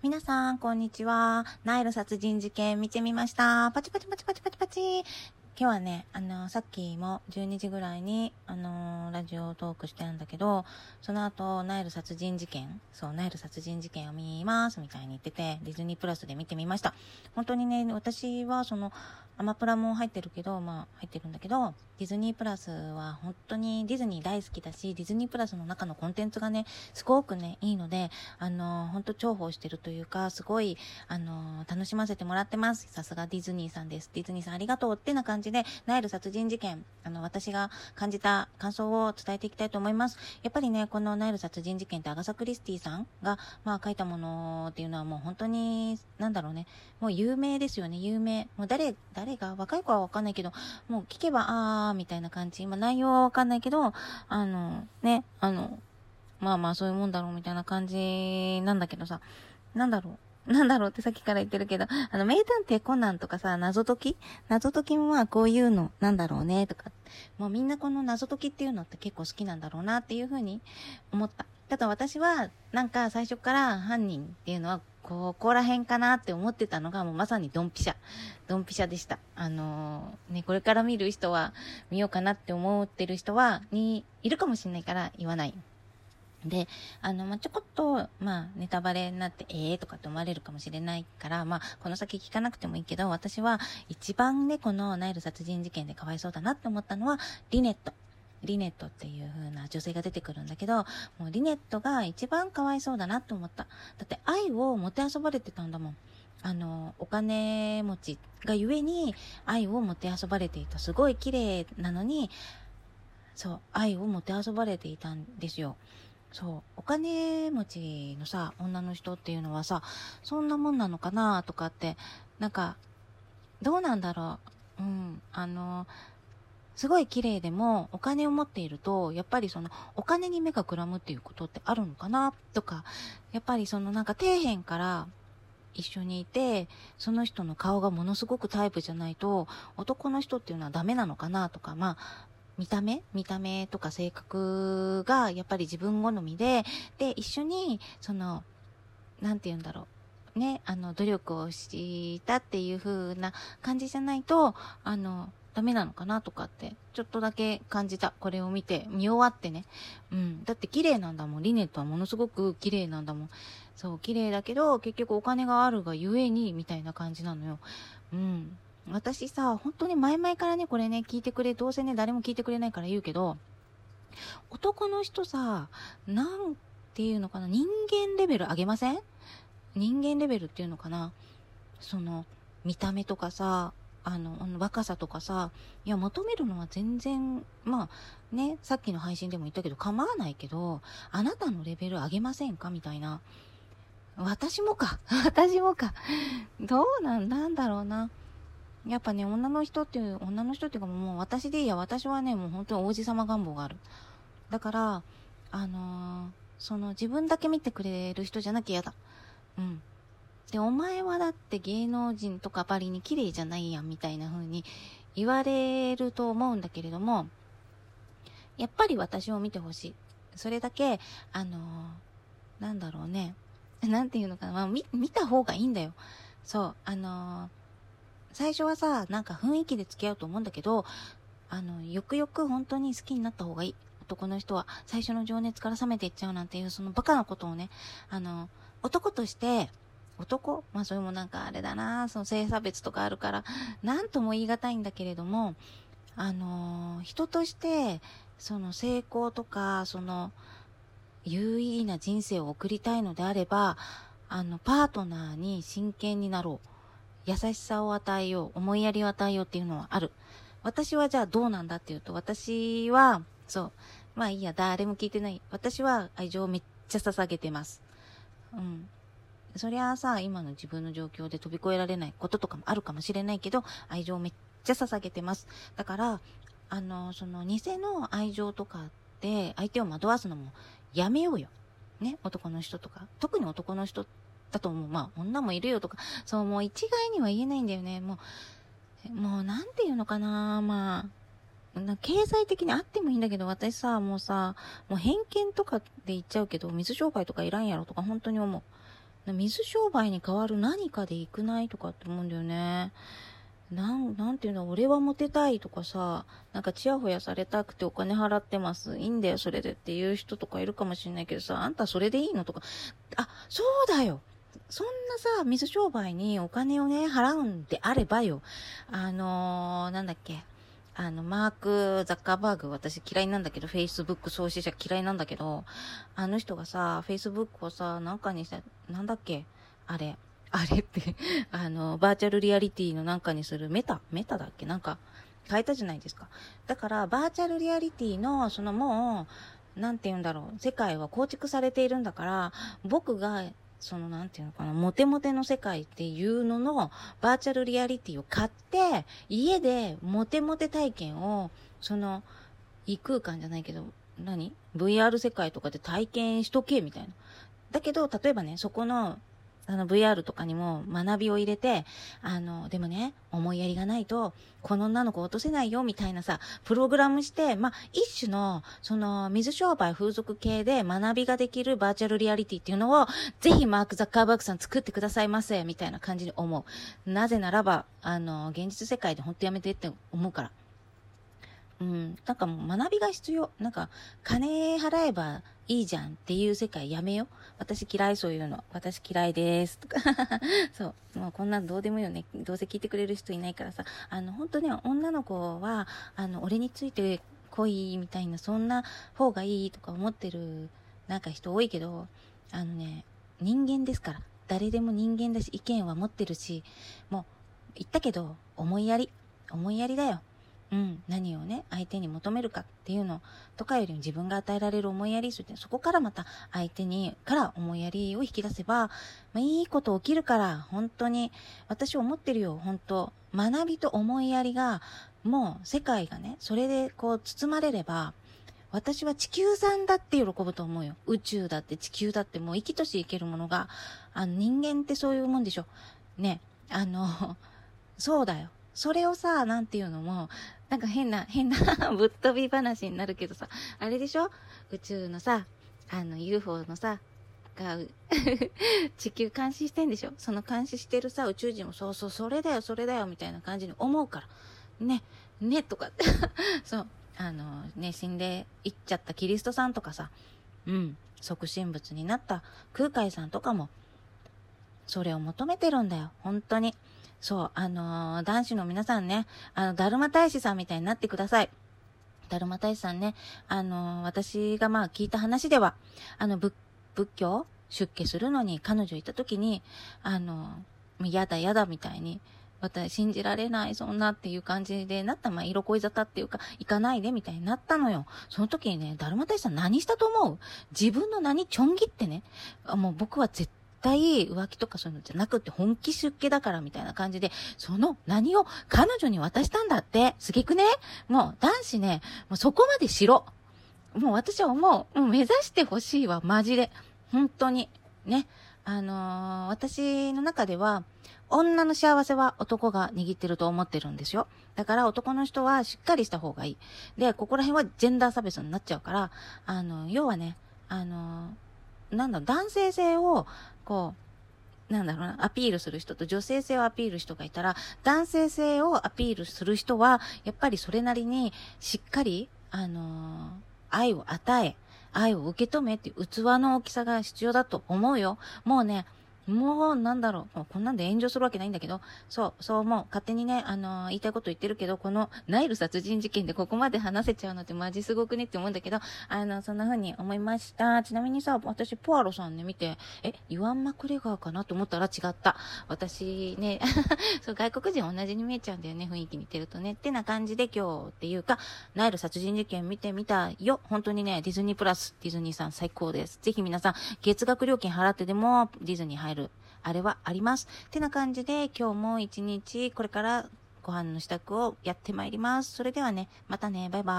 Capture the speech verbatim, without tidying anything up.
皆さん、こんにちは。ナイル殺人事件見てみました。パチパチパチパチパチパチ。今日はね、あの、さっきもじゅうにじぐらいに、あの、ラジオトークしてるんだけど、その後、ナイル殺人事件、そう、ナイル殺人事件を見ます、みたいに言ってて、ディズニープラスで見てみました。本当にね、私はその、アマプラも入ってるけど、まあ、入ってるんだけど、ディズニープラスは本当にディズニー大好きだし、ディズニープラスの中のコンテンツがね、すごくね、いいので、あの、本当重宝してるというか、すごい、あの、楽しませてもらってます。さすがディズニーさんです。ディズニーさんありがとうってな感じで、ナイル殺人事件、あの、私が感じた感想を伝えていきたいと思います。やっぱりね、このナイル殺人事件ってアガサ・クリスティさんが、まあ、書いたものっていうのはもう本当に、なんだろうね、もう有名ですよね、有名。もう誰、誰が、若い子はわかんないけど、もう聞けば、あー、みたいな感じ。まあ、内容はわかんないけど、あの、ね、あの、まあまあそういうもんだろうみたいな感じなんだけどさ、なんだろう。なんだろうってさっきから言ってるけど、あの、名探偵コナンとかさ、謎解き謎解きもまあこういうのなんだろうねとか、もうみんなこの謎解きっていうのって結構好きなんだろうなっていうふうに思った。ただ私はなんか最初から犯人っていうのはここら辺かなって思ってたのがもうまさにドンピシャ。ドンピシャでした。あのー、ね、これから見る人は見ようかなって思ってる人は、に、いるかもしれないから言わない。で、あの、まあ、ちょこっと、まあ、ネタバレになって、ええー、とかって思われるかもしれないから、まあ、この先聞かなくてもいいけど、私は一番ね、このナイル殺人事件でかわいそうだなって思ったのは、リネット。リネットっていう風な女性が出てくるんだけど、もうリネットが一番かわいそうだなって思った。だって愛をもてあそばれてたんだもん。あの、お金持ちがゆえに愛をもてあそばれていた。すごい綺麗なのに、そう、愛をもてあそばれていたんですよ。そう、お金持ちのさ、女の人っていうのはさ、そんなもんなのかなとかって、なんか、どうなんだろう。うん、あの、すごい綺麗でも、お金を持っていると、やっぱりその、お金に目がくらむっていうことってあるのかなとか、やっぱりそのなんか底辺から一緒にいて、その人の顔がものすごくタイプじゃないと、男の人っていうのはダメなのかなとか、まあ、見た目見た目とか性格がやっぱり自分好みで、で、一緒に、その、なんて言うんだろう。ね、あの、努力をしたっていう風な感じじゃないと、あの、ダメなのかなとかって、ちょっとだけ感じた。これを見て、見終わってね。うん。だって綺麗なんだもん。リネットはものすごく綺麗なんだもん。そう、綺麗だけど、結局お金があるがゆえに、みたいな感じなのよ。うん。私さ、本当に前々からね、これね、聞いてくれ、どうせね、誰も聞いてくれないから言うけど、男の人さ、なんていうのかな、人間レベル上げません？人間レベルっていうのかな、その、見た目とかさ、あの、若さとかさ、いや、求めるのは全然、まあ、ね、さっきの配信でも言ったけど、構わないけど、あなたのレベル上げませんかみたいな。私もか。私もか。どうなん、なんだろうな。やっぱね、女の人っていう、女の人っていうかもう私でいいや、私はね、もう本当に王子様願望がある。だから、あのー、その自分だけ見てくれる人じゃなきゃ嫌だ。うん。で、お前はだって芸能人とかばりに綺麗じゃないやん、みたいな風に言われると思うんだけれども、やっぱり私を見てほしい。それだけ、あのー、なんだろうね。なんていうのかな。まあ、見、見た方がいいんだよ。そう、あのー、最初はさ、なんか雰囲気で付き合うと思うんだけど、あの、よくよく本当に好きになった方がいい。男の人は最初の情熱から冷めていっちゃうなんていうそのバカなことをね、あの、男として、男まあそれもなんかあれだな、その性差別とかあるから、なんとも言い難いんだけれども、あの、人として、その成功とか、その、有意義な人生を送りたいのであれば、あの、パートナーに真剣になろう。優しさを与えよう、思いやりを与えようっていうのはある。私はじゃあどうなんだっていうと、私は、そう、まあいいや、誰も聞いてない。私は愛情をめっちゃ捧げてます。うん。そりゃあさ、今の自分の状況で飛び越えられないこととかもあるかもしれないけど、愛情をめっちゃ捧げてます。だから、あの、その偽の愛情とかで相手を惑わすのもやめようよ。ね、男の人とか。特に男の人だと思う。まあ、女もいるよとか、そう、もう一概には言えないんだよね。もう、もうなんていうのかな、まあ、な経済的にあってもいいんだけど、私さ、もうさ、もう偏見とかで言っちゃうけど、水商売とかいらんやろとか本当に思う。 水商売に代わる何かでいくないとかって思うんだよね。なん、なんていうの、俺はモテたいとかさ、なんかチヤホヤされたくてお金払ってます。いいんだよ、それでっていう人とかいるかもしれないけどさ、あんたそれでいいのとか。あ、そうだよ。そんなさ、水商売にお金をね、払うんであればよ。あのー、なんだっけ。あの、マーク・ザッカーバーグ、私嫌いなんだけど、Facebook 創始者嫌いなんだけど、あの人がさ、Facebook をさ、なんかにさ、なんだっけ、あれ、あれってあの、バーチャルリアリティのなんかにするメタ、メタだっけなんか、変えたじゃないですか。だから、バーチャルリアリティの、そのもう、なんて言うんだろう、世界は構築されているんだから、僕が、その、なんていうのかな、モテモテの世界っていうのの、バーチャルリアリティを買って、家でモテモテ体験を、その、異空間じゃないけど、何 ブイアール 世界とかで体験しとけ、みたいな。だけど、例えばね、そこの、あの ブイアール とかにも学びを入れて、あの、でもね、思いやりがないと、この女の子落とせないよ、みたいなさ、プログラムして、まあ、一種の、その、水商売風俗系で学びができるバーチャルリアリティっていうのを、ぜひマーク・ザッカーバーグさん作ってくださいませ、みたいな感じに思う。なぜならば、あの、現実世界で本当やめてって思うから。うん、なんかもう学びが必要。なんか、金払えばいいじゃんっていう世界やめよ。私嫌いそういうの。私嫌いです。とか。そう。もうこんなんどうでもいいよね。どうせ聞いてくれる人いないからさ。あの、本当ね、女の子は、あの、俺について恋みたいな、そんな方がいいとか思ってる、なんか人多いけど、あのね、人間ですから。誰でも人間だし、意見は持ってるし、もう、言ったけど、思いやり。思いやりだよ。うん、何をね、相手に求めるかっていうのとかよりも自分が与えられる思いやりって、そこからまた相手にから思いやりを引き出せば、まあ、いいこと起きるから、本当に、私思ってるよ、本当学びと思いやりが、もう世界がね、それでこう包まれれば、私は地球さんだって喜ぶと思うよ。宇宙だって地球だってもう生きとし生けるものが、あの人間ってそういうもんでしょ。ね、あの、そうだよ。それをさ、なんていうのも、なんか変な、変なぶっ飛び話になるけどさ、あれでしょ宇宙のさ、あの ユーフォー のさ、が、地球監視してんでしょその監視してるさ、宇宙人もそうそう、それだよ、それだよ、みたいな感じに思うから。ね、ね、とかって。そう、あの、ね、死んでいっちゃったキリストさんとかさ、うん、即身仏になった空海さんとかも、それを求めてるんだよ、本当に。そう、あのー、男子の皆さんね、あの、だるま大使さんみたいになってください。だるま大使さんね、あのー、私がまあ聞いた話では、あの、仏、仏教出家するのに彼女いた時に、あのー、やだやだみたいに、私信じられない、そんなっていう感じでなった、まあ、色恋沙汰っていうか、行かないでみたいになったのよ。その時にね、だるま大使さん何したと思う？自分の名にちょん切ってね、もう僕は絶対絶対浮気とかそういうのじゃなくて本気出家だからみたいな感じで、その何を彼女に渡したんだって。すげくね。もう男子ね、もうそこまでしろ。もう私は思う。もう目指してほしいわ、マジで。本当に。ね。あのー、私の中では、女の幸せは男が握ってると思ってるんですよ。だから男の人はしっかりした方がいい。で、ここら辺はジェンダー差別になっちゃうから、あの、要はね、あのー、なんだろう、男性性を、こう、なんだろうな、アピールする人と女性性をアピール人がいたら、男性性をアピールする人は、やっぱりそれなりにしっかり、あのー、愛を与え、愛を受け止めっていう器の大きさが必要だと思うよ。もうね、もうなんだろう、もうこんなんで炎上するわけないんだけど、そう、そう思う。勝手にね、あのー、言いたいこと言ってるけど、このナイル殺人事件でここまで話せちゃうのってマジすごくねって思うんだけど、あの、そんな風に思いました。ちなみにさ、私、ポアロさんね、見て、え、ユアン・マクレガーかなと思ったら違った。私ね、そう、外国人同じに見えちゃうんだよね、雰囲気見てるとね。ってな感じで今日っていうか、ナイル殺人事件見てみたよ。本当にね、ディズニープラス、ディズニーさん最高です。ぜひ皆さん、月額料金払ってでもディズニー入る。あれはあります。ってな感じで今日も一日これからご飯の支度をやってまいります。それではね、またね、バイバイ。